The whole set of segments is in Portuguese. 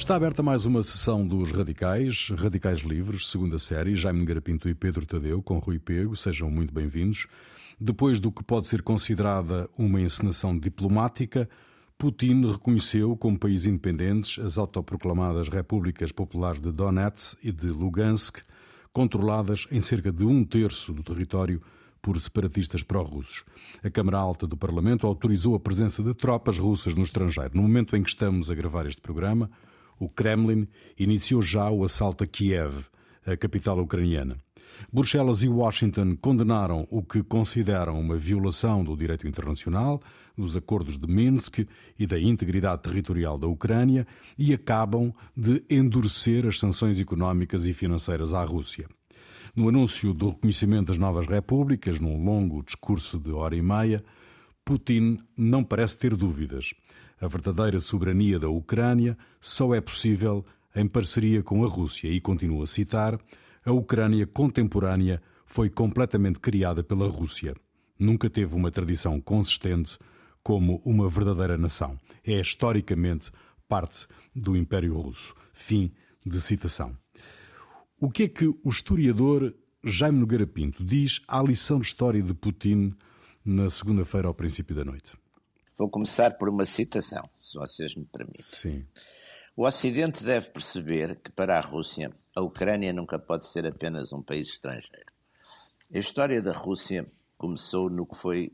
Está aberta mais uma sessão dos Radicais, Radicais Livres, segunda série, Jaime Nogueira Pinto e Pedro Tadeu, com Rui Pego, sejam muito bem-vindos. Depois do que pode ser considerada uma encenação diplomática, Putin reconheceu como países independentes as autoproclamadas Repúblicas Populares de Donetsk e de Lugansk, controladas em cerca de 1/3 do território por separatistas pró-russos. A Câmara Alta do Parlamento autorizou a presença de tropas russas no estrangeiro. No momento em que estamos a gravar este programa, o Kremlin iniciou já o assalto a Kiev, a capital ucraniana. Bruxelas e Washington condenaram o que consideram uma violação do direito internacional, dos acordos de Minsk e da integridade territorial da Ucrânia e acabam de endurecer as sanções económicas e financeiras à Rússia. No anúncio do reconhecimento das novas repúblicas, num longo discurso de 1h30, Putin não parece ter dúvidas. A verdadeira soberania da Ucrânia só é possível em parceria com a Rússia e continua a citar: a Ucrânia contemporânea foi completamente criada pela Rússia. Nunca teve uma tradição consistente como uma verdadeira nação. É historicamente parte do Império Russo. Fim de citação. O que é que o historiador Jaime Nogueira Pinto diz à lição de história de Putin na segunda-feira ao princípio da noite? Vou começar por uma citação, se vocês me permitem. Sim. O Ocidente deve perceber que, para a Rússia, a Ucrânia nunca pode ser apenas um país estrangeiro. A história da Rússia começou no que foi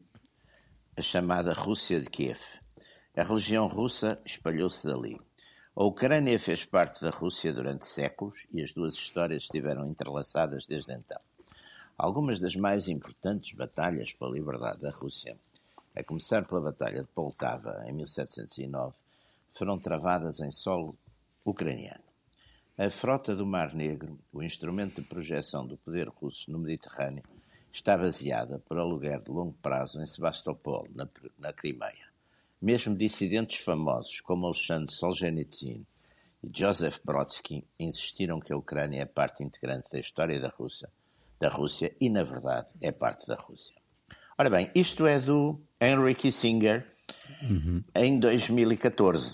a chamada Rússia de Kiev. A religião russa espalhou-se dali. A Ucrânia fez parte da Rússia durante séculos e as duas histórias estiveram entrelaçadas desde então. Algumas das mais importantes batalhas pela liberdade da Rússia, a começar pela Batalha de Poltava, em 1709, foram travadas em solo ucraniano. A frota do Mar Negro, o instrumento de projeção do poder russo no Mediterrâneo, está baseada por aluguer de longo prazo em Sebastopol, na Crimeia. Mesmo dissidentes famosos como Alexandre Solzhenitsyn e Joseph Brodsky insistiram que a Ucrânia é parte integrante da história da Rússia e, na verdade, é parte da Rússia. Ora bem, isto é do Henry Kissinger em 2014.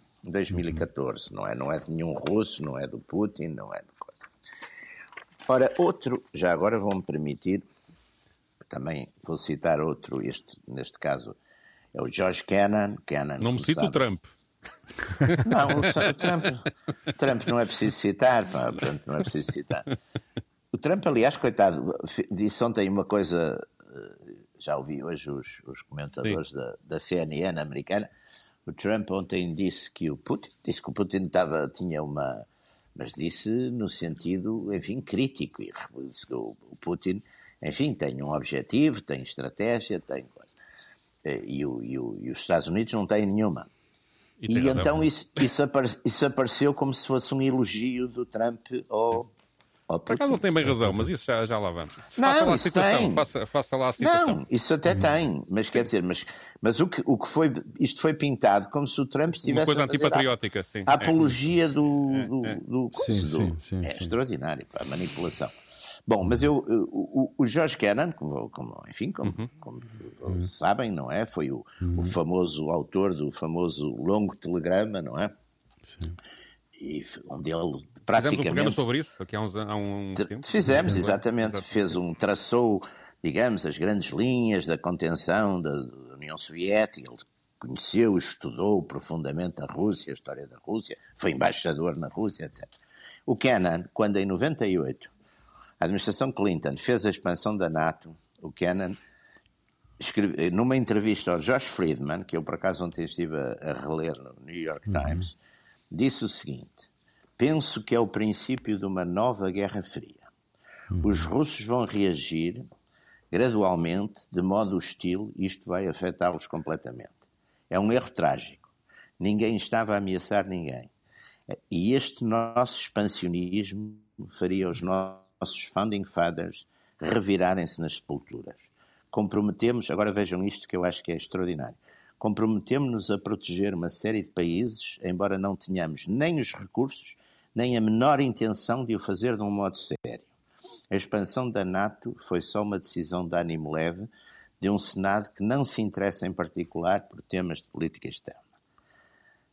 2014, não é de nenhum russo, não é do Putin, não é de coisa. Ora, outro, já agora vão-me permitir, também vou citar outro, neste caso é o George Kennan. Não me cita o Trump. Não, o Trump não é preciso citar, portanto, não é preciso citar. O Trump, aliás, coitado, disse ontem uma coisa, já ouvi hoje os comentadores da CNN americana. O Trump ontem disse que o Putin tinha uma... Mas disse no sentido, enfim, crítico. E disse que o Putin, enfim, tem um objetivo, tem estratégia, tem coisa. E os Estados Unidos não têm nenhuma. E então isso apareceu como se fosse um elogio do Trump ao Por acaso não tem bem razão, mas isso já lá vamos. Não, isso tem. Faça lá a citação. Não, isso até tem, mas quer dizer, mas o que foi, isto foi pintado como se o Trump estivesse uma coisa antipatriótica, sim. A apologia do Sim. extraordinário, a manipulação. Bom, mas o George Kennan, como sabem, não é? Foi o famoso autor do famoso longo telegrama, não é? Sim. E onde ele praticamente... Fizemos um programa sobre isso aqui há um tempo. Fizemos, exatamente. Traçou, digamos, as grandes linhas da contenção da União Soviética. Ele conheceu, estudou profundamente a Rússia, a história da Rússia, foi embaixador na Rússia, etc. O Kennan, quando em 98 a administração Clinton fez a expansão da NATO, o Kennan escreveu, numa entrevista ao Josh Friedman, que eu por acaso ontem estive a reler no New York Times, disse o seguinte: penso que é o princípio de uma nova Guerra Fria. Os russos vão reagir gradualmente, de modo hostil, e isto vai afetá-los completamente. É um erro trágico. Ninguém estava a ameaçar ninguém. E este nosso expansionismo faria os nossos founding fathers revirarem-se nas sepulturas. Comprometemos, agora vejam isto que eu acho que é extraordinário, comprometemos-nos a proteger uma série de países, embora não tenhamos nem os recursos, nem a menor intenção de o fazer de um modo sério. A expansão da NATO foi só uma decisão de ânimo leve de um Senado que não se interessa em particular por temas de política externa.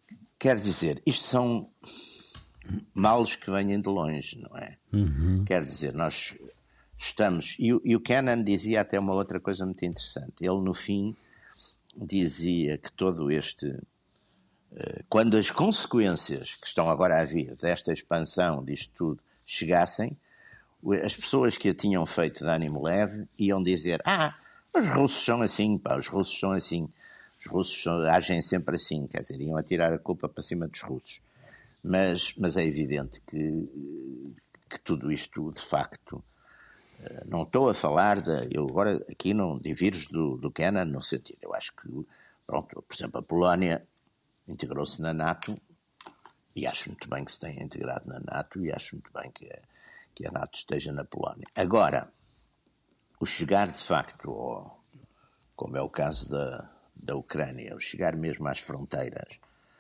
Quer dizer, isto são males que vêm de longe, não é? Quer dizer, nós estamos... E o Kennan dizia até uma outra coisa muito interessante. Ele, no fim, dizia que todo este... Quando as consequências que estão agora a vir desta expansão, disto tudo, chegassem, as pessoas que a tinham feito de ânimo leve iam dizer: os russos são assim, os russos são assim, os russos agem sempre assim, quer dizer, iam atirar a culpa para cima dos russos. Mas é evidente que tudo isto, de facto, não estou a falar eu agora aqui não divirjo do Kennan no sentido, eu acho que, pronto, por exemplo, a Polónia integrou-se na NATO e acho muito bem que se tenha integrado na NATO e acho muito bem que a NATO esteja na Polónia. Agora, o chegar de facto, como é o caso da Ucrânia, o chegar mesmo às fronteiras,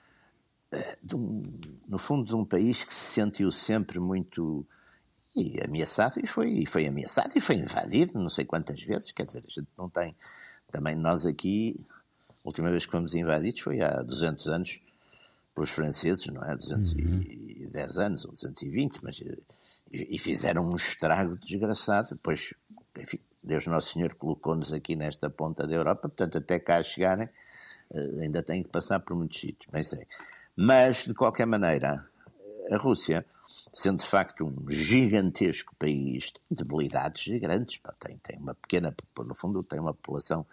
no fundo de um país que se sentiu sempre muito ameaçado, e foi ameaçado e foi invadido não sei quantas vezes, quer dizer, a gente não tem, também nós aqui, a última vez que fomos invadidos foi há 200 anos pelos franceses, não é? 210 anos ou 220, mas e fizeram um estrago desgraçado. Depois, enfim, Deus Nosso Senhor colocou-nos aqui nesta ponta da Europa, portanto, até cá chegarem, ainda têm que passar por muitos sítios, bem sei. Mas, de qualquer maneira, a Rússia, sendo de facto um gigantesco país, tem debilidades grandes, tem uma pequena, no fundo, tem uma população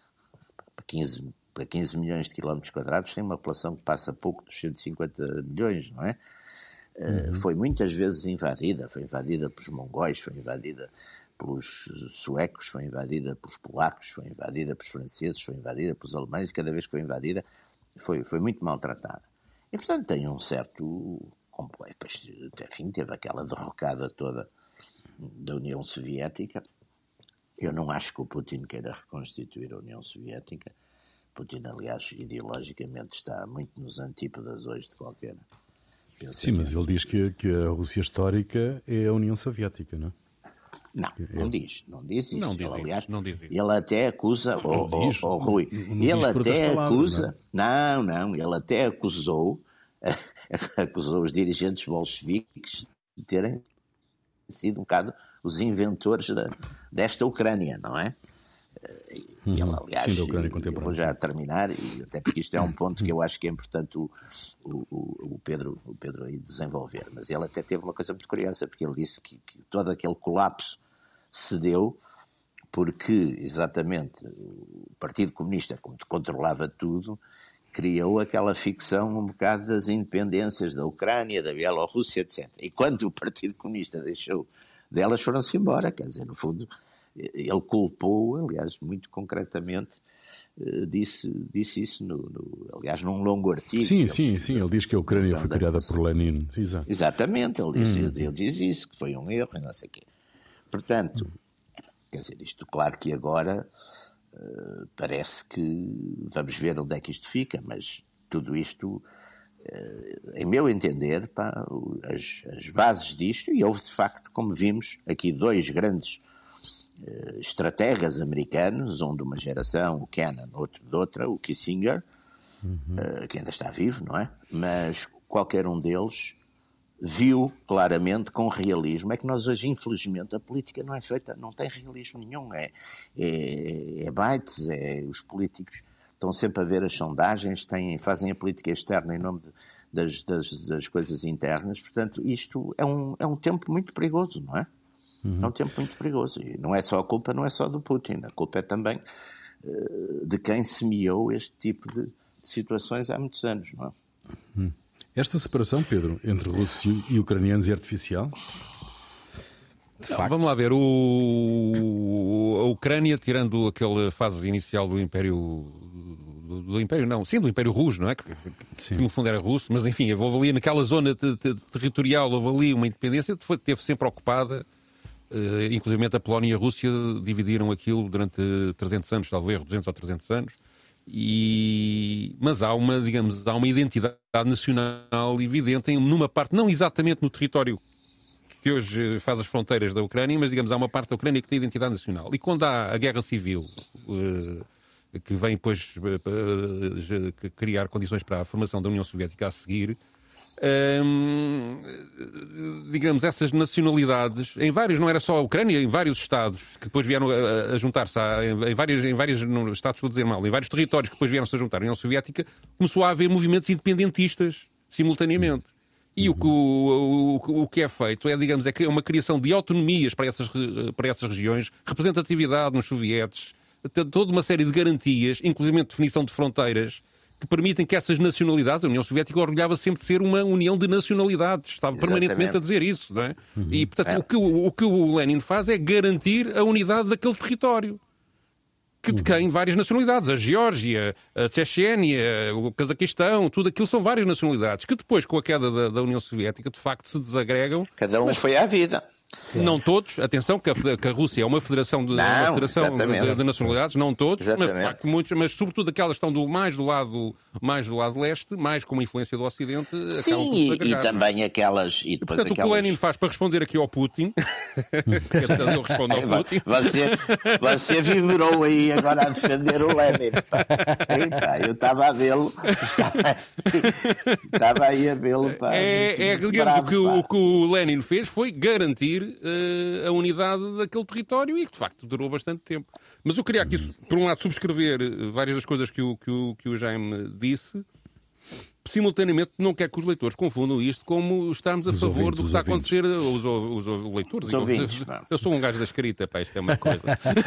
para 15 milhões de quilómetros quadrados, tem uma população que passa pouco dos 150 milhões, não é? Foi muitas vezes invadida, foi invadida pelos mongóis, foi invadida pelos suecos, foi invadida pelos polacos, foi invadida pelos franceses, foi invadida pelos alemães, e cada vez que foi invadida foi muito maltratada. E, portanto, tem um certo... Enfim, teve aquela derrocada toda da União Soviética. Eu não acho que o Putin queira reconstituir a União Soviética. Putin, aliás, ideologicamente está muito nos antípodas hoje de qualquer pensamento. Sim, mas ele diz que a Rússia histórica é a União Soviética, não é? Não diz isso. Aliás, não diz isso. Ele até acusa, Rui, ele até acusa, ele até acusou os dirigentes bolcheviques de terem sido um bocado os inventores desta Ucrânia, não é? E ele, aliás, sim, da Ucrânia contemporânea. Vou já terminar, e até porque isto é um ponto que eu acho que é importante o Pedro aí desenvolver, mas ele até teve uma coisa muito curiosa, porque ele disse que todo aquele colapso se deu porque, exatamente, o Partido Comunista, como controlava tudo, criou aquela ficção um bocado das independências da Ucrânia, da Bielorrússia, etc. E quando o Partido Comunista deixou delas, foram-se embora, quer dizer, no fundo, ele culpou, aliás, muito concretamente, disse isso, aliás, num longo artigo. Sim, ele diz que a Ucrânia foi criada por Lenin. Exato. Exatamente, ele diz isso, que foi um erro e não sei o quê. Portanto, quer dizer, isto claro que agora parece que vamos ver onde é que isto fica, mas tudo isto, em meu entender, as bases disto, e houve de facto, como vimos, aqui dois grandes estrategas americanos, um de uma geração, o Kennan, outro de outra, o Kissinger, que ainda está vivo, não é? Mas qualquer um deles viu claramente, com realismo, é que nós hoje, infelizmente, a política não é feita, não tem realismo nenhum, é bytes, os políticos estão sempre a ver as sondagens, fazem a política externa em nome das coisas internas, portanto, isto é um tempo muito perigoso, não é? É um tempo muito perigoso, e não é só a culpa, não é só do Putin, a culpa é também de quem semeou este tipo de situações há muitos anos, não é? Esta separação, Pedro, entre russos e ucranianos é artificial? Vamos lá ver. A Ucrânia, tirando aquela fase inicial do Império... do Império Russo, não é? Que no fundo era russo, mas enfim, houve ali naquela zona territorial, houve ali uma independência, teve sempre ocupada, inclusive a Polónia e a Rússia dividiram aquilo durante 300 anos, talvez, 200 ou 300 anos. Mas há uma identidade nacional evidente numa parte, não exatamente no território que hoje faz as fronteiras da Ucrânia, mas digamos há uma parte da Ucrânia que tem identidade nacional. E quando há a guerra civil que vem depois criar condições para a formação da União Soviética a seguir, digamos, essas nacionalidades, em vários, não era só a Ucrânia, em vários Estados, que depois vieram a juntar-se, em vários Estados, vou dizer mal, em vários territórios que depois vieram-se a juntar à União Soviética, começou a haver movimentos independentistas, simultaneamente. E o que é feito é, digamos, é uma criação de autonomias para essas regiões, representatividade nos sovietes, toda uma série de garantias, inclusive definição de fronteiras, que permitem que essas nacionalidades, a União Soviética orgulhava sempre de ser uma união de nacionalidades, estava permanentemente a dizer isso, não é? E, portanto, o que o Lenin faz é garantir a unidade daquele território, que tem várias nacionalidades, a Geórgia, a Chechênia, o Cazaquistão, tudo aquilo são várias nacionalidades, que depois, com a queda da União Soviética, de facto se desagregam. Cada um foi à vida. Não todos, atenção, que a Rússia é uma federação de nacionalidades, não todos, mas de facto muitos, mas sobretudo aquelas que estão mais do lado leste, mais com uma influência do Ocidente. Sim, e também aquelas. E depois portanto, o que o Lenin faz para responder aqui ao Putin, eu respondo ao Putin. Você vibrou aí agora a defender o Lenin. Eu estava a vê-lo, estava aí a vê-lo. Digamos, o que o Lenin fez foi garantir a unidade daquele território e que de facto durou bastante tempo. Mas eu queria aqui, por um lado, subscrever várias das coisas que o Jaime disse. Simultaneamente, não quero que os leitores confundam isto como estarmos a favor do que está a acontecer. Os leitores. Os ouvintes, eu sou um gajo da escrita, pá, isto é uma coisa.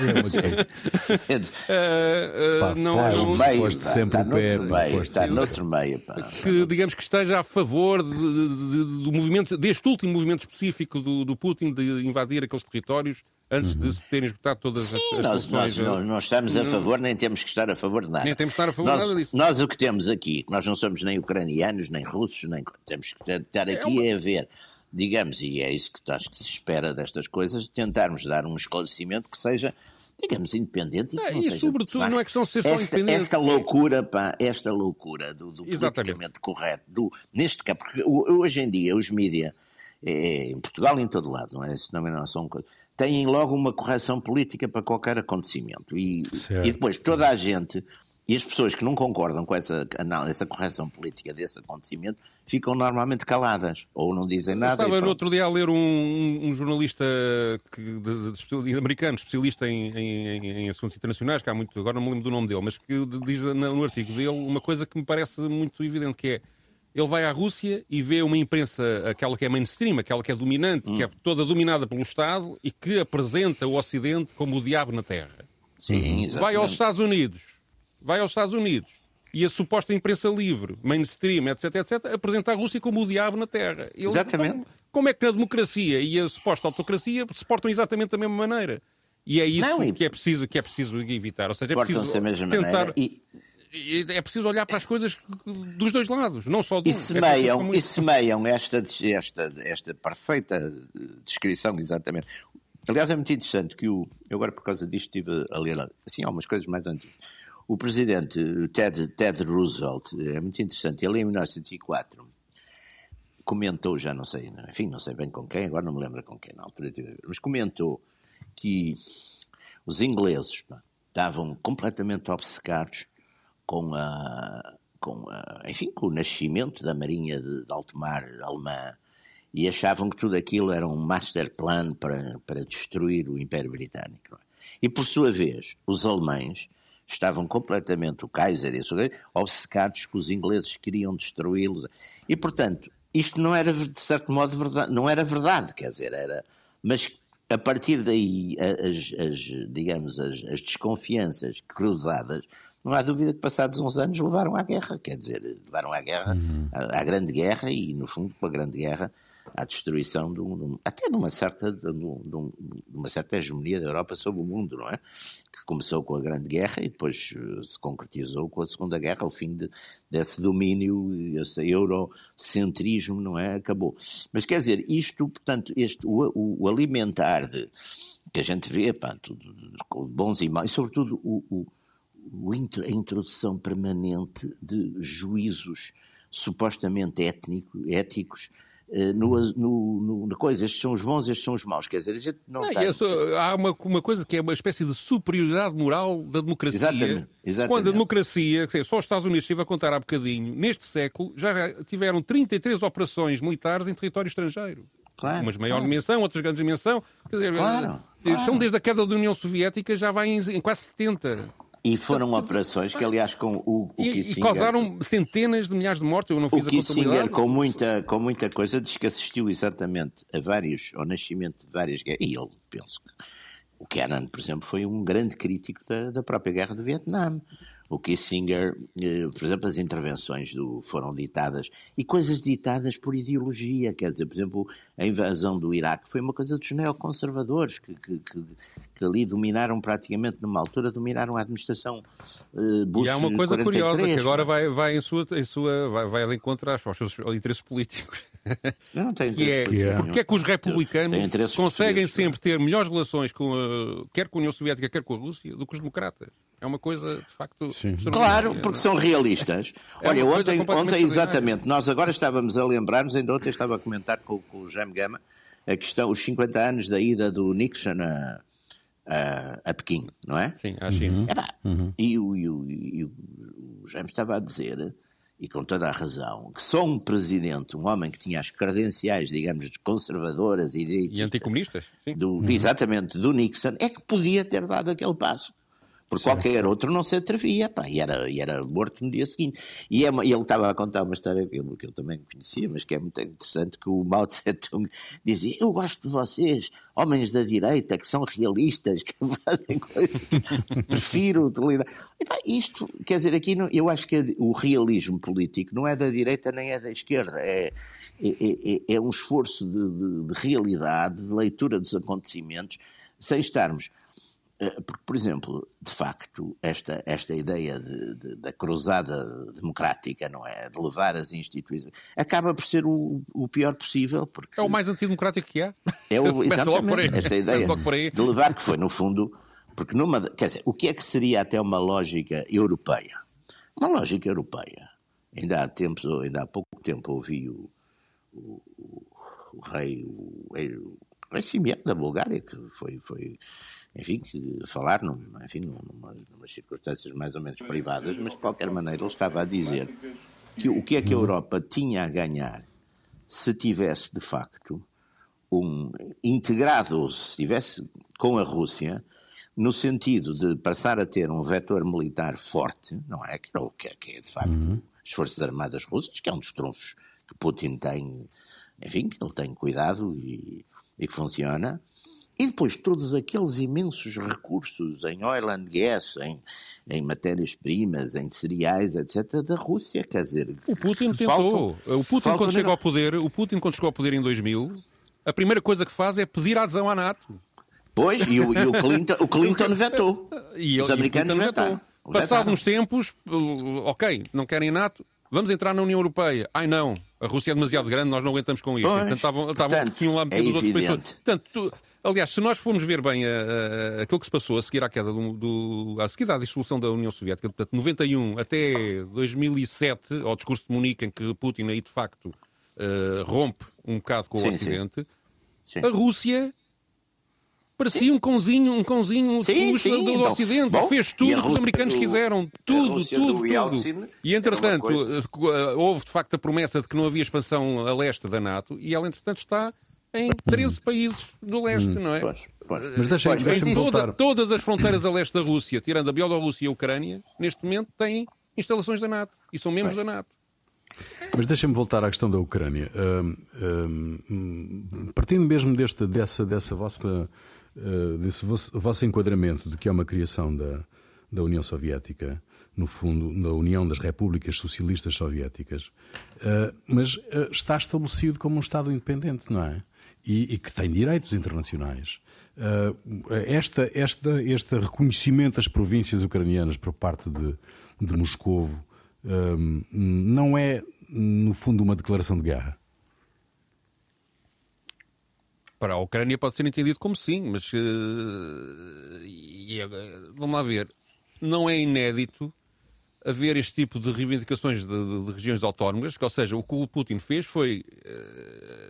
Está noutro meio. Que, digamos, que esteja a favor do movimento, deste último movimento específico do Putin de invadir aqueles territórios antes de se terem esgotado todas as nós não estamos a favor, nem temos que estar a favor de nada. Nem temos que estar a favor de nada disso. Nós o que temos aqui, nós não somos nem ucranianos, nem russos, nem temos que estar aqui a ver, digamos, e é isso que acho que se espera destas coisas, tentarmos dar um esclarecimento que seja, digamos, independente. E seja, sobretudo, facto, não é questão de ser só independente. Esta loucura do politicamente correto, neste caso, porque hoje em dia os mídias, em Portugal e em todo lado, não é? Isso também não são coisas, têm logo uma correção política para qualquer acontecimento. E depois toda a gente, e as pessoas que não concordam com essa correção política desse acontecimento, ficam normalmente caladas, ou não dizem nada. Eu estava no outro dia a ler um jornalista americano, especialista em assuntos internacionais, que há muito, agora não me lembro do nome dele, mas que diz no artigo dele uma coisa que me parece muito evidente, que é: ele vai à Rússia e vê uma imprensa, aquela que é mainstream, aquela que é dominante, que é toda dominada pelo Estado e que apresenta o Ocidente como o diabo na Terra. Sim, exatamente. Vai aos Estados Unidos e a suposta imprensa livre, mainstream, etc., apresenta a Rússia como o diabo na Terra. Exatamente. Como é que a democracia e a suposta autocracia se portam exatamente da mesma maneira? E é isso que é preciso evitar. Ou seja, é preciso tentar... É preciso olhar para as coisas dos dois lados, não só do um. E semeiam esta perfeita descrição, exatamente. Aliás, é muito interessante que eu agora, por causa disto, estive a ler assim, algumas coisas mais antigas. O presidente Ted Roosevelt, é muito interessante, ele em 1904 comentou, já não sei, enfim, não sei bem com quem, agora não me lembro com quem na altura, mas comentou que os ingleses estavam completamente obcecados com o nascimento da Marinha de Alto Mar alemã e achavam que tudo aquilo era um master plan para destruir o Império Britânico. E, por sua vez, os alemães estavam completamente, o Kaiser e obcecados que os ingleses queriam destruí-los. E, portanto, isto não era, de certo modo, verdade, não era verdade, quer dizer, era... Mas, a partir daí, as desconfianças cruzadas, não há dúvida que passados uns anos levaram à guerra, quer dizer, à Grande Guerra e, no fundo, com a Grande Guerra, à destruição até de uma certa hegemonia da Europa sobre o mundo, não é? Que começou com a Grande Guerra e depois se concretizou com a Segunda Guerra, o fim desse domínio, esse eurocentrismo, não é? Acabou. Mas quer dizer, isto, portanto, o alimentar que a gente vê, tudo, bons e maus, e sobretudo a introdução permanente de juízos supostamente éticos na coisa, estes são os bons, estes são os maus. Quer dizer, a gente não tem... Há uma coisa que é uma espécie de superioridade moral da democracia. Exatamente. Quando a democracia, só os Estados Unidos, estive a contar há bocadinho, neste século já tiveram 33 operações militares em território estrangeiro. Claro, umas de maior dimensão, outras de grande dimensão. Quer dizer, então desde a queda da União Soviética já vai em quase 70. E foram operações que, aliás, com o Kissinger... E causaram centenas de milhares de mortes. Eu não fiz a contabilidade. O Kissinger, com muita coisa, diz que assistiu exatamente ao nascimento de várias guerras. E ele, penso que o Kennan, por exemplo, foi um grande crítico da própria guerra do Vietnã. O Kissinger, por exemplo, as intervenções foram ditadas, e coisas ditadas por ideologia, quer dizer, por exemplo, a invasão do Iraque foi uma coisa dos neoconservadores, que ali dominaram praticamente, numa altura, dominaram a administração Bush. E há uma coisa 43, curiosa, que agora vai ao encontro aos seus interesses políticos. Eu não tenho interesse político. Porque é que os republicanos conseguem sempre ter melhores relações quer com a União Soviética, quer com a Rússia, do que os democratas? É uma coisa, de facto... Claro, porque são realistas. Olha, ontem exatamente, nós agora estávamos a lembrar-nos, ainda ontem estava a comentar com o Jaime Gama, a questão, os 50 anos da ida do Nixon a Pequim, não é? Sim, à China. E o Jaime estava a dizer, e com toda a razão, que só um presidente, um homem que tinha as credenciais, digamos, conservadoras e anticomunistas, sim. Exatamente, do Nixon, é que podia ter dado aquele passo. Porque qualquer outro não se atrevia, e era morto no dia seguinte. E ele estava a contar uma história que eu também conhecia, mas que é muito interessante, que o Mao Tse-tung dizia: eu gosto de vocês, homens da direita, que são realistas, que fazem coisas que prefiro utilidade. Isto, quer dizer, aqui eu acho que o realismo político não é da direita nem é da esquerda, é um esforço de realidade, de leitura dos acontecimentos, sem estarmos... Porque, por exemplo, de facto, esta ideia da cruzada democrática, não é? De levar as instituições, acaba por ser o pior possível. Porque é o mais antidemocrático que há. Exatamente, esta ideia de levar, que foi, no fundo, porque quer dizer, o que é que seria até uma lógica europeia? Uma lógica europeia. Ainda há pouco tempo ouvi o rei Simeão da Bulgária, que foi enfim, falar numas circunstâncias mais ou menos privadas, mas de qualquer maneira ele estava a dizer que o que é que a Europa tinha a ganhar se tivesse de facto integrado, ou se estivesse com a Rússia, no sentido de passar a ter um vetor militar forte, não é? Que é de facto as Forças Armadas Russas, que é um dos trunfos que Putin tem, enfim, que ele tem cuidado e que funciona. E depois todos aqueles imensos recursos em oil and gas, em matérias-primas, em cereais, etc., da Rússia, quer dizer... O Putin tentou. O Putin, quando chegou ao poder em 2000, a primeira coisa que faz é pedir a adesão à NATO. Pois, e o Clinton vetou. Os americanos vetaram. Passados uns tempos, ok, não querem NATO, vamos entrar na União Europeia. Ai não, a Rússia é demasiado grande, nós não aguentamos com isto. Pois, portanto, tinham lá metido os outros países. Portanto, aliás, se nós formos ver bem aquilo que se passou a seguir à queda a seguir à dissolução da União Soviética, portanto, 91 até 2007, ao discurso de Munique, em que Putin aí de facto rompe um bocado com o Ocidente, a Rússia parecia um cãozinho do Ocidente. Bom, fez tudo o que os americanos quiseram. Tudo. E, entretanto, houve de facto a promessa de que não havia expansão a leste da NATO e ela, entretanto, está em 13 países do leste, não é? Mas deixa-me voltar. Todas as fronteiras a leste da Rússia, tirando a Bielorrússia e a Ucrânia, neste momento têm instalações da NATO e são membros da NATO. Mas deixa-me voltar à questão da Ucrânia. Partindo mesmo desse vosso enquadramento de que é uma criação da União Soviética, no fundo, na União das Repúblicas Socialistas Soviéticas, mas está estabelecido como um Estado independente, não é? E que tem direitos internacionais. Este reconhecimento das províncias ucranianas por parte de Moscovo não é, no fundo, uma declaração de guerra? Para a Ucrânia pode ser entendido como sim, mas vamos lá ver, não é inédito haver este tipo de reivindicações de regiões autónomas, ou seja, o que o Putin fez foi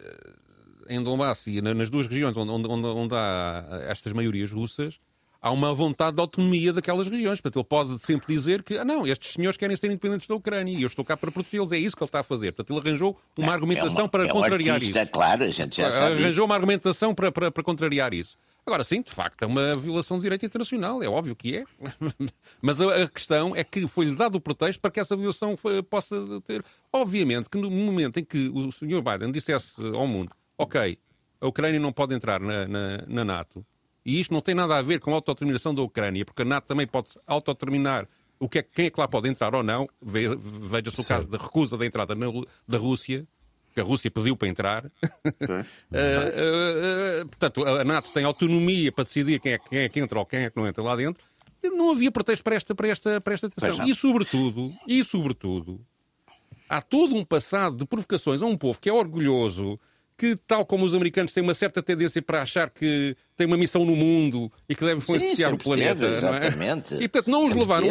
em Donbass e nas duas regiões onde há estas maiorias russas, há uma vontade de autonomia daquelas regiões. Portanto, ele pode sempre dizer que não, estes senhores querem ser independentes da Ucrânia e eu estou cá para protegê-los. É isso que ele está a fazer. Portanto, ele arranjou uma argumentação para contrariar artista, isso. Claro, a gente já sabe arranjou isso. uma argumentação para contrariar isso. Agora, sim, de facto, é uma violação de direito internacional. É óbvio que é. Mas a questão é que foi-lhe dado o pretexto para que essa violação possa ter... Obviamente que no momento em que o Sr. Biden dissesse ao mundo, ok, a Ucrânia não pode entrar na NATO, e isto não tem nada a ver com a autodeterminação da Ucrânia, porque a NATO também pode autodeterminar quem é que lá pode entrar ou não. Veja-se o caso da recusa da entrada da Rússia, que a Rússia pediu para entrar. Portanto, a NATO tem autonomia para decidir quem é que entra ou quem é que não entra lá dentro. Não havia pretexto para esta tensão. E, sobretudo, há todo um passado de provocações a um povo que é orgulhoso, que, tal como os americanos, têm uma certa tendência para achar que tem uma missão no mundo e que deve influenciar o planeta. Exatamente. Não é? E, portanto, não os levaram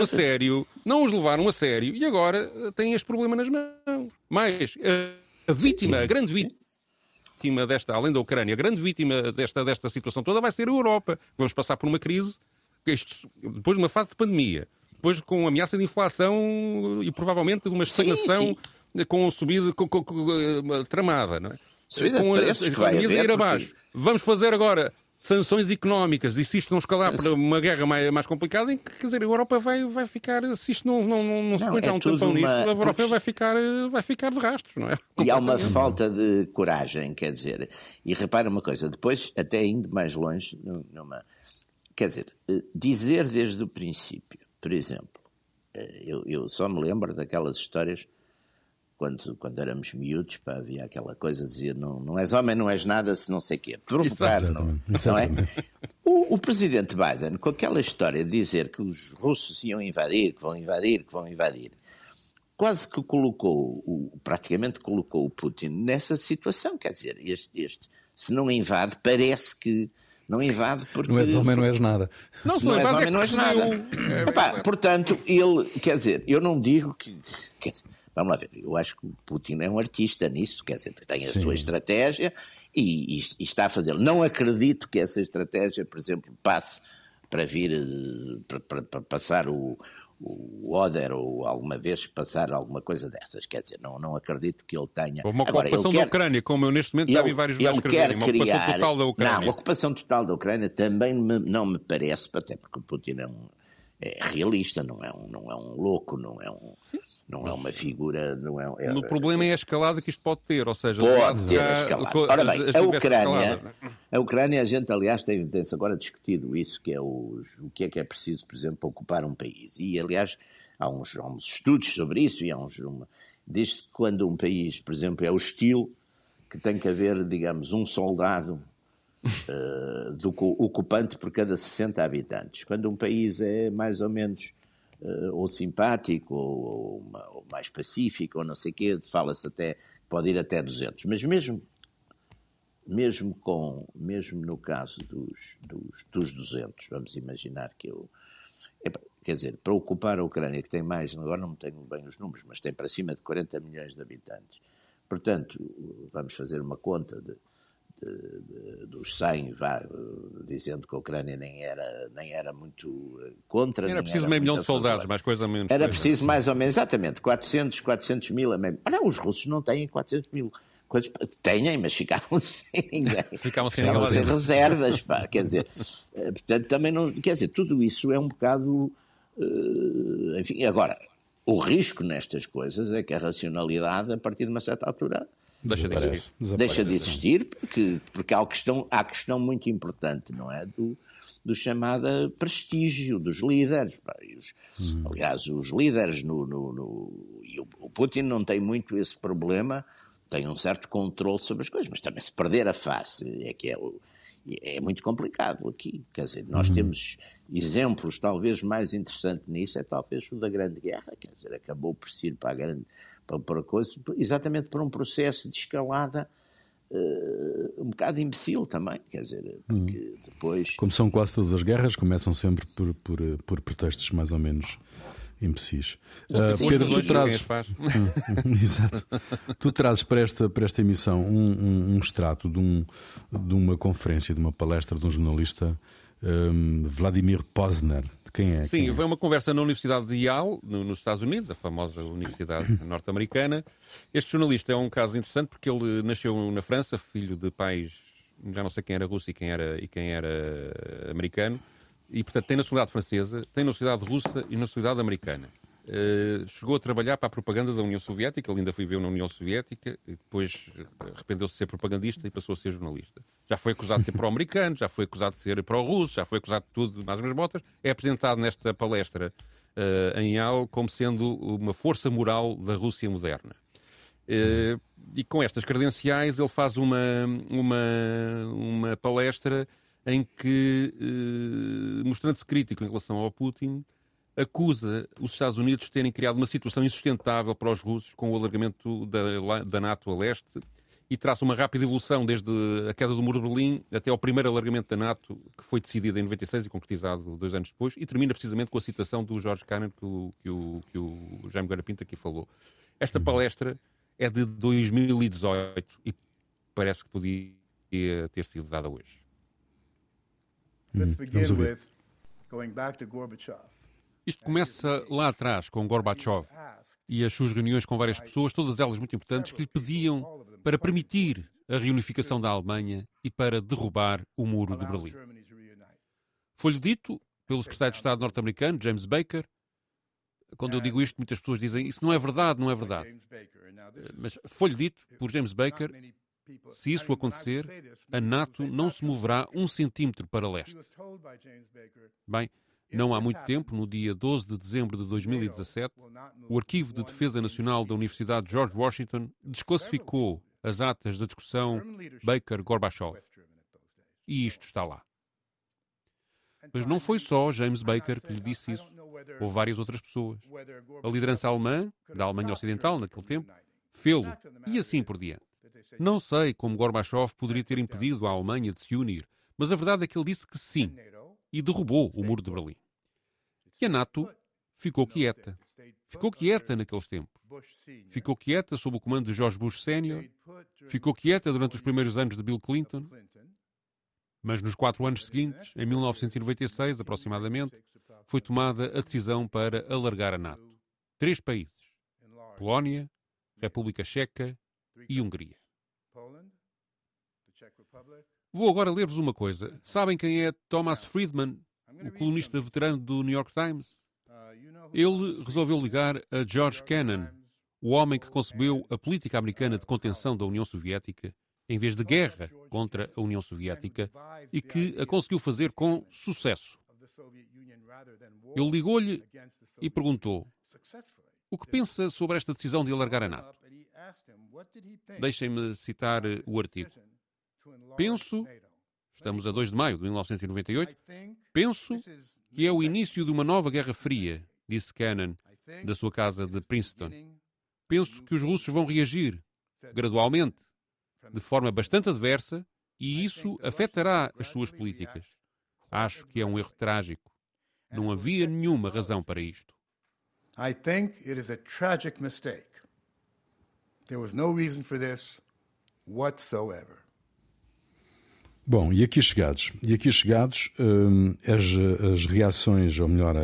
a sério, e agora têm este problema nas mãos. Mas a vítima, a grande vítima desta, além da Ucrânia, a grande vítima desta situação toda vai ser a Europa. Vamos passar por uma crise, depois de uma fase de pandemia, depois com ameaça de inflação e provavelmente de uma estagnação com subida tramada, não é? Com as economias a ir abaixo. Vamos fazer agora sanções económicas, e se isto não escalar para uma guerra mais complicada, quer dizer, a Europa vai ficar, se isto não se põe um tampão nisto, a Europa vai ficar de rastros, não é? E há uma falta de coragem, quer dizer, e repara uma coisa, depois, até indo mais longe, quer dizer, dizer desde o princípio, por exemplo, eu só me lembro daquelas histórias quando éramos miúdos, havia aquela coisa de dizer não és homem, não és nada, se não sei o quê. Provocar, não é? O presidente Biden, com aquela história de dizer que os russos iam invadir, que vão invadir, quase que praticamente colocou o Putin nessa situação. Quer dizer, se não invade, parece que não invade porque... Não és homem, não és nada. Não és homem, não és nada. Portanto, ele, quer dizer, eu não digo que... Vamos lá ver, eu acho que o Putin é um artista nisso, quer dizer, tem a sua estratégia e está a fazê-lo. Não acredito que essa estratégia, por exemplo, passe para vir, para passar o Oder ou alguma vez passar alguma coisa dessas, quer dizer, não acredito que ele tenha... Uma ocupação da Ucrânia, como eu neste momento já vi vários lugares escreverem, uma ocupação total da Ucrânia. Não, a ocupação total da Ucrânia também não me parece, até porque o Putin é realista, não é um louco, não é uma figura... O problema é a escalada que isto pode ter, ou seja... Pode ter a escalada. Ora bem, a Ucrânia, a gente aliás tem-se agora discutido isso, que é o que é preciso, por exemplo, para ocupar um país. E aliás, há uns estudos sobre isso, e diz-se que quando um país, por exemplo, é hostil, que tem que haver, digamos, um soldado do ocupante por cada 60 habitantes. Quando um país é mais ou menos ou simpático ou mais pacífico ou não sei o quê, fala-se até, pode ir até 200. Mas mesmo no caso dos 200, vamos imaginar quer dizer, para ocupar a Ucrânia, que tem mais, agora não tenho bem os números, mas tem para cima de 40 milhões de habitantes. Portanto, vamos fazer uma conta dos 100, dizendo que a Ucrânia nem era muito contra. Era preciso meio milhão de soldados, mais coisa menos. Era preciso mais ou menos, exatamente, 400 mil. Olha, os russos não têm 400 mil. Têm, mas ficavam sem ninguém. Ficavam sem reservas, quer dizer. Portanto, também não... Quer dizer, tudo isso é um bocado... enfim, agora, o risco nestas coisas é que a racionalidade, a partir de uma certa altura... Deixa de existir, porque há questão muito importante, não é? Do chamado prestígio dos líderes. Aliás, os líderes e o Putin não tem muito esse problema, tem um certo controle sobre as coisas, mas também se perder a face é muito complicado aqui. Quer dizer, nós temos exemplos talvez mais interessantes nisso, é talvez o da Grande Guerra, quer dizer, acabou por ser para a grande... para coisa, exatamente por um processo de escalada um bocado imbecil também, quer dizer, porque depois... Como são quase todas as guerras, começam sempre por pretextos mais ou menos imbecis. Pedro, tu trazes... Exato. Tu trazes para esta emissão um extrato de uma conferência, de uma palestra de um jornalista, Vladimir Posner. De quem é? Sim, foi uma conversa na Universidade de Yale, nos Estados Unidos, a famosa universidade norte-americana. Este jornalista é um caso interessante porque ele nasceu na França, filho de pais, já não sei quem era russo e quem era americano, e, portanto, tem nacionalidade francesa, tem nacionalidade russa e nacionalidade americana. Chegou a trabalhar para a propaganda da União Soviética, ele ainda viveu na União Soviética, e depois arrependeu-se de ser propagandista e passou a ser jornalista. Já foi acusado de ser pró-americano, já foi acusado de ser pró-russo, já foi acusado de tudo, mais umas botas. É apresentado nesta palestra em Yale como sendo uma força moral da Rússia moderna. E com estas credenciais ele faz uma palestra em que, mostrando-se crítico em relação ao Putin, acusa os Estados Unidos de terem criado uma situação insustentável para os russos com o alargamento da NATO a leste e traça uma rápida evolução desde a queda do Muro de Berlim até ao primeiro alargamento da NATO, que foi decidido em 96 e concretizado 2 anos depois, e termina precisamente com a citação do George Kennan que o Jaime Garapinto aqui falou. Esta palestra é de 2018 e parece que podia ter sido dada hoje. Let's begin with going back to Gorbachev. Isto começa lá atrás, com Gorbachev e as suas reuniões com várias pessoas, todas elas muito importantes, que lhe pediam para permitir a reunificação da Alemanha e para derrubar o Muro de Berlim. Foi-lhe dito pelo secretário de Estado norte-americano, James Baker. Quando eu digo isto, muitas pessoas dizem isso não é verdade, não é verdade. Mas foi-lhe dito por James Baker: se isso acontecer, a NATO não se moverá 1 centímetro para leste. Bem, não há muito tempo, no dia 12 de dezembro de 2017, o Arquivo de Defesa Nacional da Universidade George Washington desclassificou as atas da discussão Baker-Gorbachev. E isto está lá. Mas não foi só James Baker que lhe disse isso. Houve várias outras pessoas. A liderança alemã, da Alemanha Ocidental, naquele tempo, fê-lo, e assim por diante. Não sei como Gorbachev poderia ter impedido a Alemanha de se unir, mas a verdade é que ele disse que sim, e derrubou o Muro de Berlim. E a NATO ficou quieta. Ficou quieta naqueles tempos. Ficou quieta sob o comando de George Bush Sr., ficou quieta durante os primeiros anos de Bill Clinton, mas nos 4 anos seguintes, em 1996 aproximadamente, foi tomada a decisão para alargar a NATO. 3 países: Polónia, República Checa e Hungria. Vou agora ler-vos uma coisa. Sabem quem é Thomas Friedman, o colunista veterano do New York Times? Ele resolveu ligar a George Kennan, o homem que concebeu a política americana de contenção da União Soviética, em vez de guerra contra a União Soviética, e que a conseguiu fazer com sucesso. Ele ligou-lhe e perguntou: o que pensa sobre esta decisão de alargar a NATO? Deixem-me citar o artigo. Penso, estamos a 2 de maio de 1998, penso que é o início de uma nova Guerra Fria, disse Kennan, da sua casa de Princeton. Penso que os russos vão reagir, gradualmente, de forma bastante adversa, e isso afetará as suas políticas. Acho que é um erro trágico. Não havia nenhuma razão para isto. I think it is a tragic mistake. There was no reason for this whatsoever. Bom, e aqui chegados, as reações, ou melhor,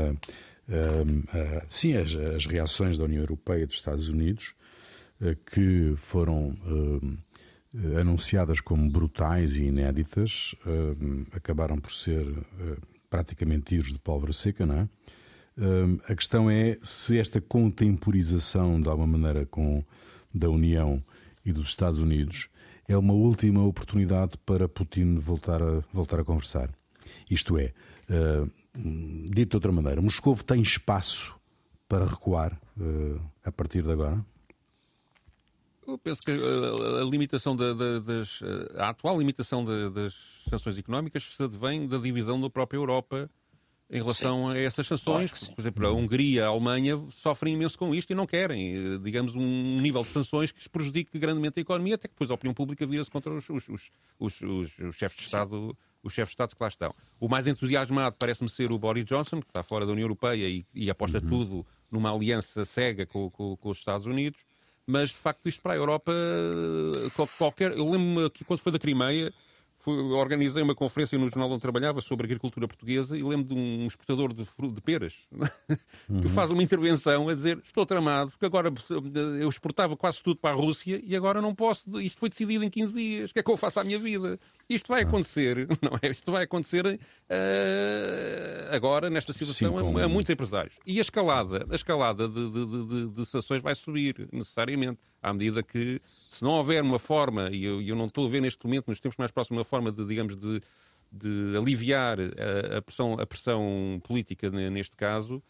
as reações da União Europeia e dos Estados Unidos, que foram anunciadas como brutais e inéditas, acabaram por ser praticamente tiros de pólvora seca, não é? A questão é se esta contemporização, de alguma maneira, da União e dos Estados Unidos é uma última oportunidade para Putin voltar a conversar. Isto é, dito de outra maneira, Moscou tem espaço para recuar a partir de agora? Eu penso que a limitação a atual limitação das sanções económicas se advém da divisão da própria Europa em relação a essas sanções. Claro, por exemplo, a Hungria, a Alemanha sofrem imenso com isto e não querem, digamos, um nível de sanções que prejudique grandemente a economia, até que depois a opinião pública vira-se contra os chefes de Estado os chefes de Estado que lá estão. O mais entusiasmado parece-me ser o Boris Johnson, que está fora da União Europeia e aposta tudo numa aliança cega com os Estados Unidos. Mas, de facto, isto para a Europa, eu lembro-me que quando foi da Crimeia, organizei uma conferência no jornal onde trabalhava sobre agricultura portuguesa e lembro de um exportador de peras que faz uma intervenção a dizer: estou tramado, porque agora eu exportava quase tudo para a Rússia e agora não posso, isto foi decidido em 15 dias, o que é que eu faço à minha vida? Isto vai acontecer, não é? Isto vai acontecer agora, nesta situação, a muitos empresários. E a escalada de sanções vai subir, necessariamente, à medida que, se não houver uma forma, e eu não estou a ver neste momento, nos tempos mais próximos, uma forma de aliviar a pressão política neste caso,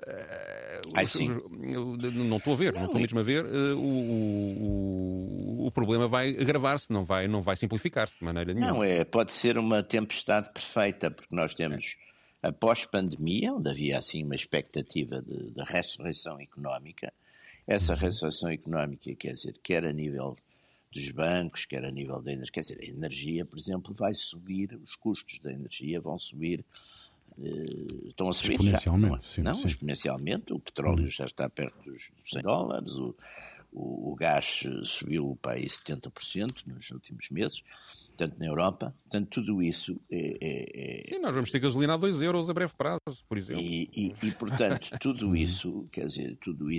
não estou a ver, não estou mesmo a ver, o problema vai agravar-se, não vai simplificar-se de maneira nenhuma. Não, pode ser uma tempestade perfeita, porque nós temos a pós-pandemia, onde havia assim uma expectativa de ressurreição económica. Essa ressurreição económica, quer dizer, quer a nível dos bancos, quer a nível da energia, quer dizer, a energia, por exemplo, vai subir, os custos da energia vão subir, estão a subir exponencialmente, já. Sim. Exponencialmente, o petróleo já está perto dos $100, o gás subiu para aí 70% nos últimos meses, tanto na Europa, portanto tudo isso Sim, nós vamos ter gasolina a 2 euros a breve prazo, por exemplo. E portanto, tudo isso, quer dizer,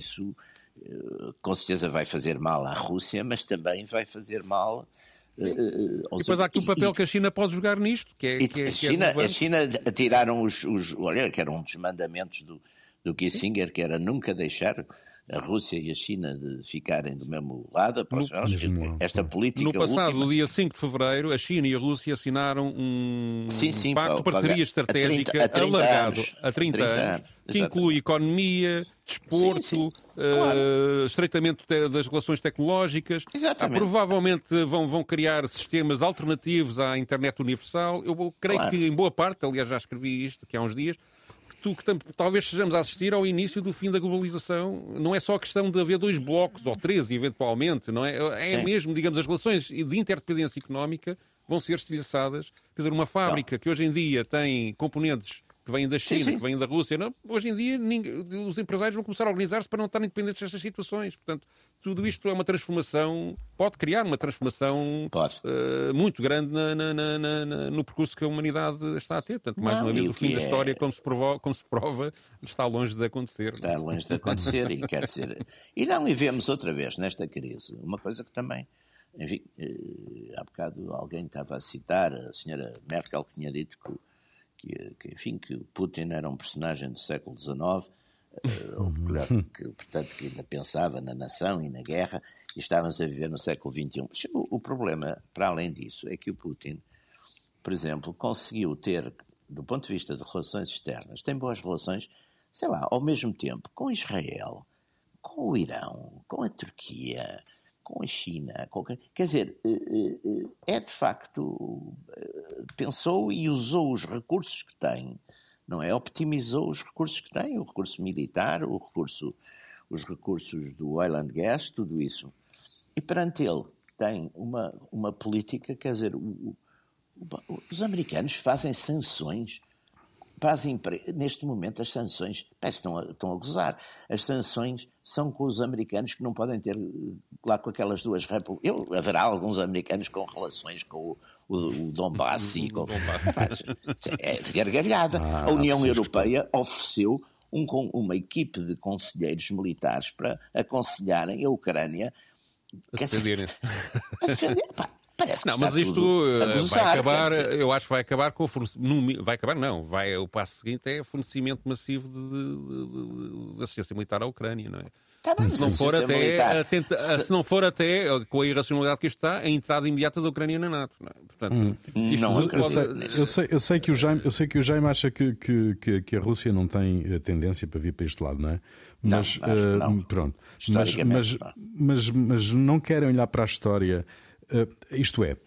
com certeza vai fazer mal à Rússia, mas também vai fazer mal e depois há aqui o papel que a China pode jogar nisto, a China tiraram olha, que era um dos mandamentos do Kissinger, que era nunca deixar a Rússia e a China de ficarem do mesmo lado. Esta política no passado, última... dia 5 de fevereiro, a China e a Rússia assinaram um pacto de parceria estratégica alargado a 30 anos, que inclui economia, desporto, estreitamento das relações tecnológicas. Provavelmente vão criar sistemas alternativos à internet universal. Eu creio que em boa parte, aliás já escrevi isto aqui há uns dias, que talvez estejamos a assistir ao início do fim da globalização. Não é só a questão de haver 2 blocos, ou 13 eventualmente, não é? Mesmo, digamos, as relações de interdependência económica vão ser estilhaçadas. Quer dizer, uma fábrica que hoje em dia tem componentes que vêm da China, que vêm da Rússia, não, hoje em dia os empresários vão começar a organizar-se para não estarem dependentes destas situações. Portanto, tudo isto é uma transformação, pode criar uma transformação muito grande no percurso que a humanidade está a ter. Portanto, mais uma vez, o fim da história, como se prova, está longe de acontecer. Está longe de acontecer e quer dizer... E vemos outra vez nesta crise uma coisa que também... Enfim, há bocado alguém estava a citar a senhora Merkel, que tinha dito que o Putin era um personagem do século XIX, portanto, que ainda pensava na nação e na guerra, e estávamos a viver no século XXI. O problema, para além disso, é que o Putin, por exemplo, conseguiu ter, do ponto de vista de relações externas, tem boas relações, sei lá, ao mesmo tempo, com Israel, com o Irão, com a Turquia, com a China, quer dizer, de facto, pensou e usou os recursos que tem, não é? Optimizou os recursos que tem, o recurso militar, os recursos do oil and gas, tudo isso. E perante ele tem uma política, quer dizer, os americanos fazem sanções, neste momento as sanções, estão a gozar, as sanções são com os americanos que não podem ter lá com aquelas duas repúblicas. Haverá alguns americanos com relações com o Donbass e com... É de gargalhada. A União Europeia ofereceu uma equipe de conselheiros militares para aconselharem a Ucrânia a defenderem. Parece que não, mas isto vai acabar, eu acho que vai acabar com o passo seguinte é o fornecimento massivo de assistência militar à Ucrânia, não é? Se não for até, com a irracionalidade que está, a entrada imediata da Ucrânia na NATO. Não é? Portanto, eu sei que o Jaime acha que a Rússia não tem tendência para vir para este lado, não é? Mas, pronto. Mas não querem olhar para a história. Isto é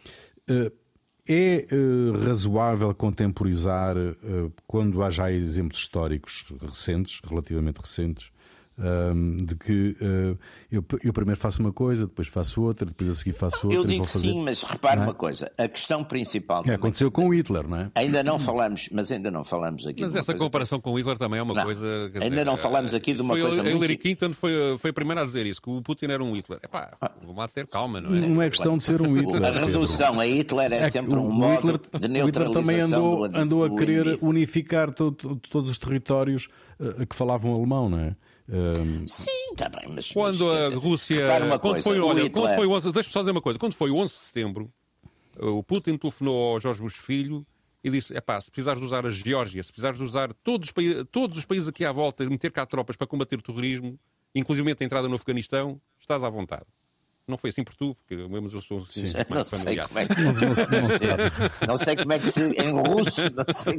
razoável contemporizar, quando há já exemplos históricos recentes, relativamente recentes, De que eu primeiro faço uma coisa, depois faço outra, depois a seguir faço outra. Eu digo fazer... sim, mas repare uma coisa. A questão principal também... Aconteceu com Hitler, não é? Ainda não falamos aqui... Mas essa comparação com Hitler também é uma coisa... Ainda não falamos aqui de uma coisa muito... Hillary Clinton foi a primeira a dizer isso, que o Putin era um Hitler. Vamos lá ter calma, não é? Não é questão de ser um Hitler. A redução a Hitler é sempre um modo de neutralização. O Hitler também andou a querer unificar todos os territórios a que falavam alemão, não é? Sim, está bem, mas... Quando a Rússia... Deixa-me só dizer uma coisa. Quando foi o 11 de setembro, o Putin telefonou ao Jorge Bush Filho e disse, se precisares de usar a Geórgia, se precisares de usar todos os países aqui à volta, meter cá tropas para combater o terrorismo, inclusive a entrada no Afeganistão, estás à vontade. Não foi assim por tu, porque mesmo eu sou assim, mais familiar. Não sei como é que se... Em russo, não sei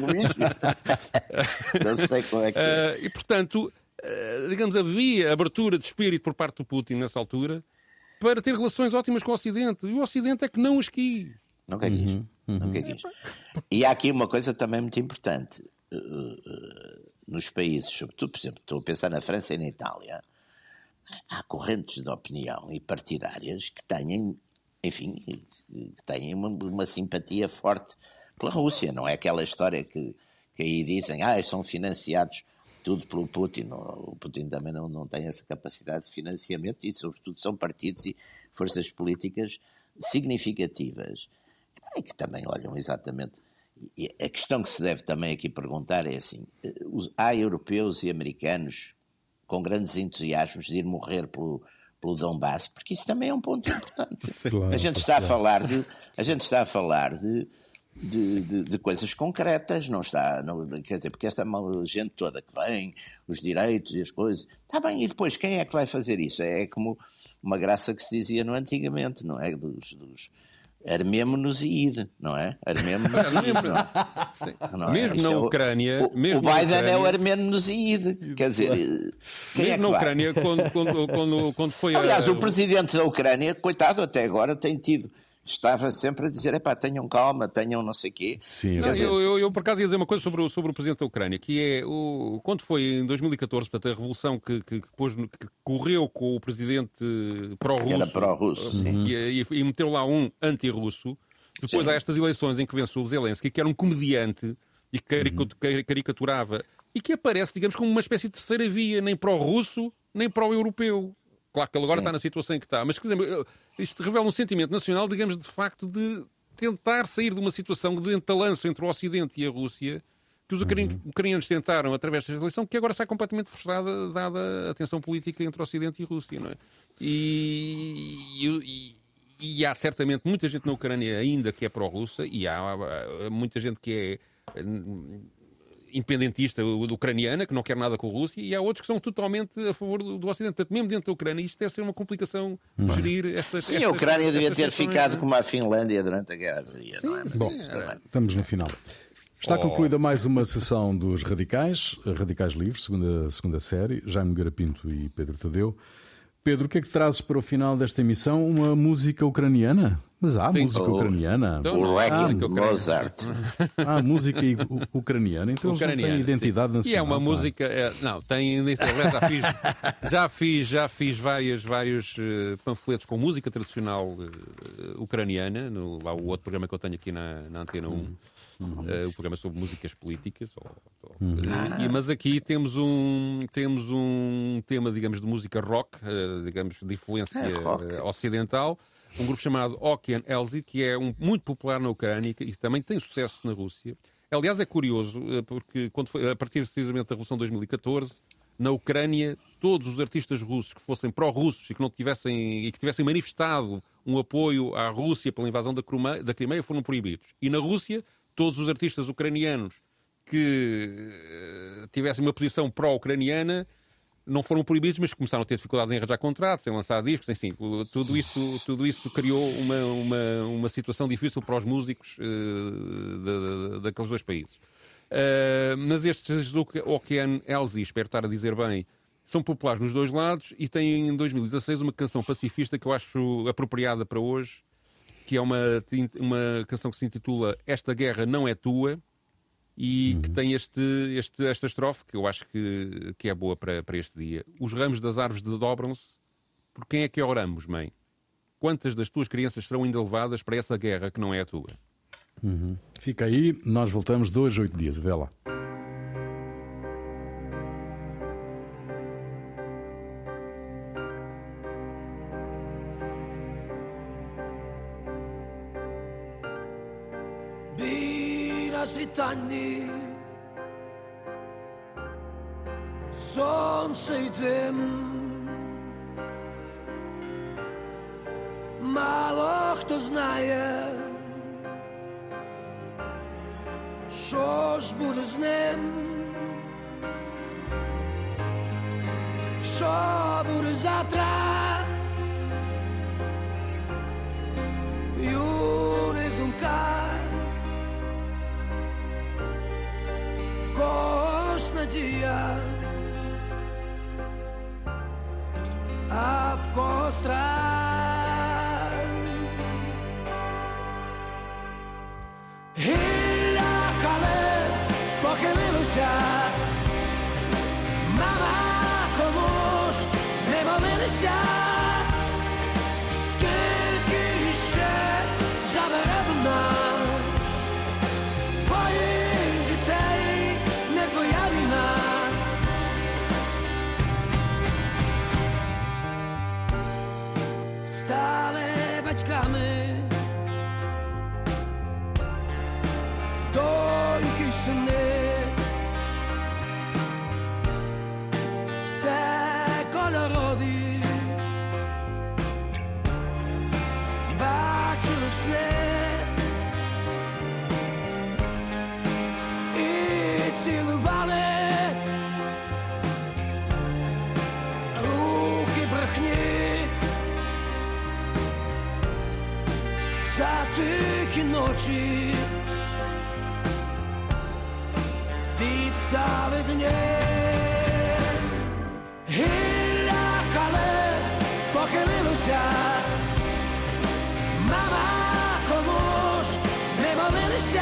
como é que... E, portanto... digamos, havia abertura de espírito por parte do Putin nessa altura para ter relações ótimas com o Ocidente. E o Ocidente é que não as quis. Não quer quis. Não quer quis. E há aqui uma coisa também muito importante. Nos países, sobretudo, por exemplo, estou a pensar na França e na Itália, há correntes de opinião e partidárias que têm, enfim, que têm uma simpatia forte pela Rússia. Não é aquela história que aí dizem, são financiados tudo pelo Putin. O Putin também não tem essa capacidade de financiamento e, sobretudo, são partidos e forças políticas significativas e que também olham exatamente. E a questão que se deve também aqui perguntar é assim, há europeus e americanos com grandes entusiasmos de ir morrer pelo Donbass, porque isso também é um ponto importante. Claro, a gente está a falar de coisas concretas, não, quer dizer, porque esta gente toda que vem, os direitos e as coisas, está bem, e depois quem é que vai fazer isso? É como uma graça que se dizia antigamente, não é? Armemo-nos e ide, não é? Armemo-nos e ide, não é? Mesmo na Ucrânia... O Biden é o armemo-nos e ide, quer dizer, quem é que vai? Mesmo na Ucrânia, quando foi... Aliás, o presidente da Ucrânia, coitado, até agora tem tido... Estava sempre a dizer, tenham calma, tenham não sei o quê. Sim, eu por acaso ia dizer uma coisa sobre o presidente da Ucrânia, que é, quando foi em 2014, portanto, a revolução que correu com o presidente pró-russo, era pró-russo, sim. E meteu lá um anti-russo, depois há estas eleições em que venceu o Zelensky, que era um comediante e que caricaturava, e que aparece, digamos, como uma espécie de terceira via, nem pró-russo, nem pró-europeu. Claro que ele agora está na situação em que está, mas quer dizer, isto revela um sentimento nacional, digamos, de facto, de tentar sair de uma situação de entalanço entre o Ocidente e a Rússia, que os ucranianos tentaram através desta eleição, que agora sai completamente frustrada, dada a tensão política entre o Ocidente e a Rússia, não é? E há certamente muita gente na Ucrânia ainda que é pró-russa, e há muita gente que é independentista ucraniana, que não quer nada com a Rússia, e há outros que são totalmente a favor do Ocidente. Portanto, mesmo dentro da Ucrânia, isto deve ser uma complicação gerir estas... Sim, a Ucrânia devia ter ficado como a Finlândia durante a Guerra Fria, não é? Bom, estamos no final. Está concluída mais uma sessão dos Radicais Livres, segunda série, Jaime Garapinto e Pedro Tadeu. Pedro, o que é que trazes para o final desta emissão? Uma música ucraniana? Mas há música ucraniana. O Requiem Mozart. Há música ucraniana, então eles não têm identidade nacional. E é uma música... não, tem identidade. Já fiz vários panfletos com música tradicional ucraniana, lá o outro programa que eu tenho aqui na Antena 1. O programa sobre músicas políticas. Mas aqui temos um tema, digamos, de música rock, digamos, de influência ocidental. Um grupo chamado Okean Elzy, que é muito popular na Ucrânia e também tem sucesso na Rússia. Aliás, é curioso, porque a partir precisamente da Revolução de 2014, na Ucrânia, todos os artistas russos que fossem pró-russos e que tivessem manifestado um apoio à Rússia pela invasão da Crimeia foram proibidos. E na Rússia, todos os artistas ucranianos que tivessem uma posição pró-ucraniana não foram proibidos, mas começaram a ter dificuldades em arranjar contratos, em lançar discos, enfim, tudo isso criou uma situação difícil para os músicos daqueles dois países. Mas estes Okean Elzy, espero estar a dizer bem, são populares nos dois lados e têm em 2016 uma canção pacifista que eu acho apropriada para hoje, que é uma canção que se intitula Esta Guerra Não É Tua, e que tem esta estrofe, que eu acho que é boa para este dia. Os ramos das árvores dobram-se. Por quem é que oramos, mãe? Quantas das tuas crianças serão ainda levadas para essa guerra que não é a tua? Fica aí, nós voltamos 2 a 8 dias. Vê lá. Світанні сонце й дим, мало хто знає, що ж буде з ним, що буде завтра, й у них думках. Когось надія, а в когось страх. Гілля кале похилилося, мама, кому ж не молилися, скільки ще забере вона твоїх дітей. Твоя війна, стали батьками, доньки й сини, все кольорові, бачили сни. Цілували руки брехні за тихі ночі віддали дні. Гілля кале похилилося, мама, кому ж не молилися,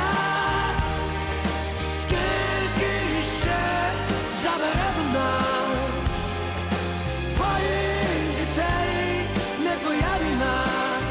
забере вона твоїх дітей, не твоя війна.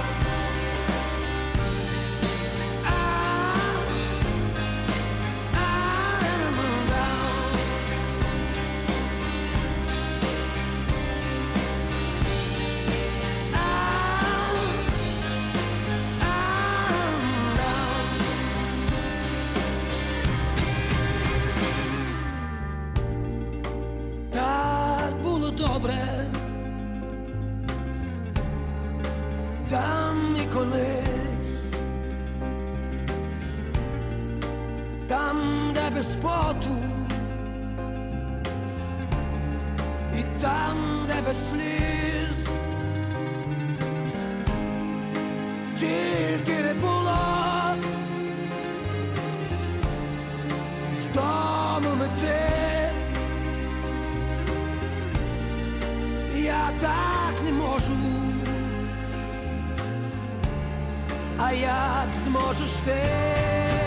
Добре, там і колись, там, де без поту, і там, де без сліз, тільки не було в тому мети. Я так не можу, а як зможеш ти?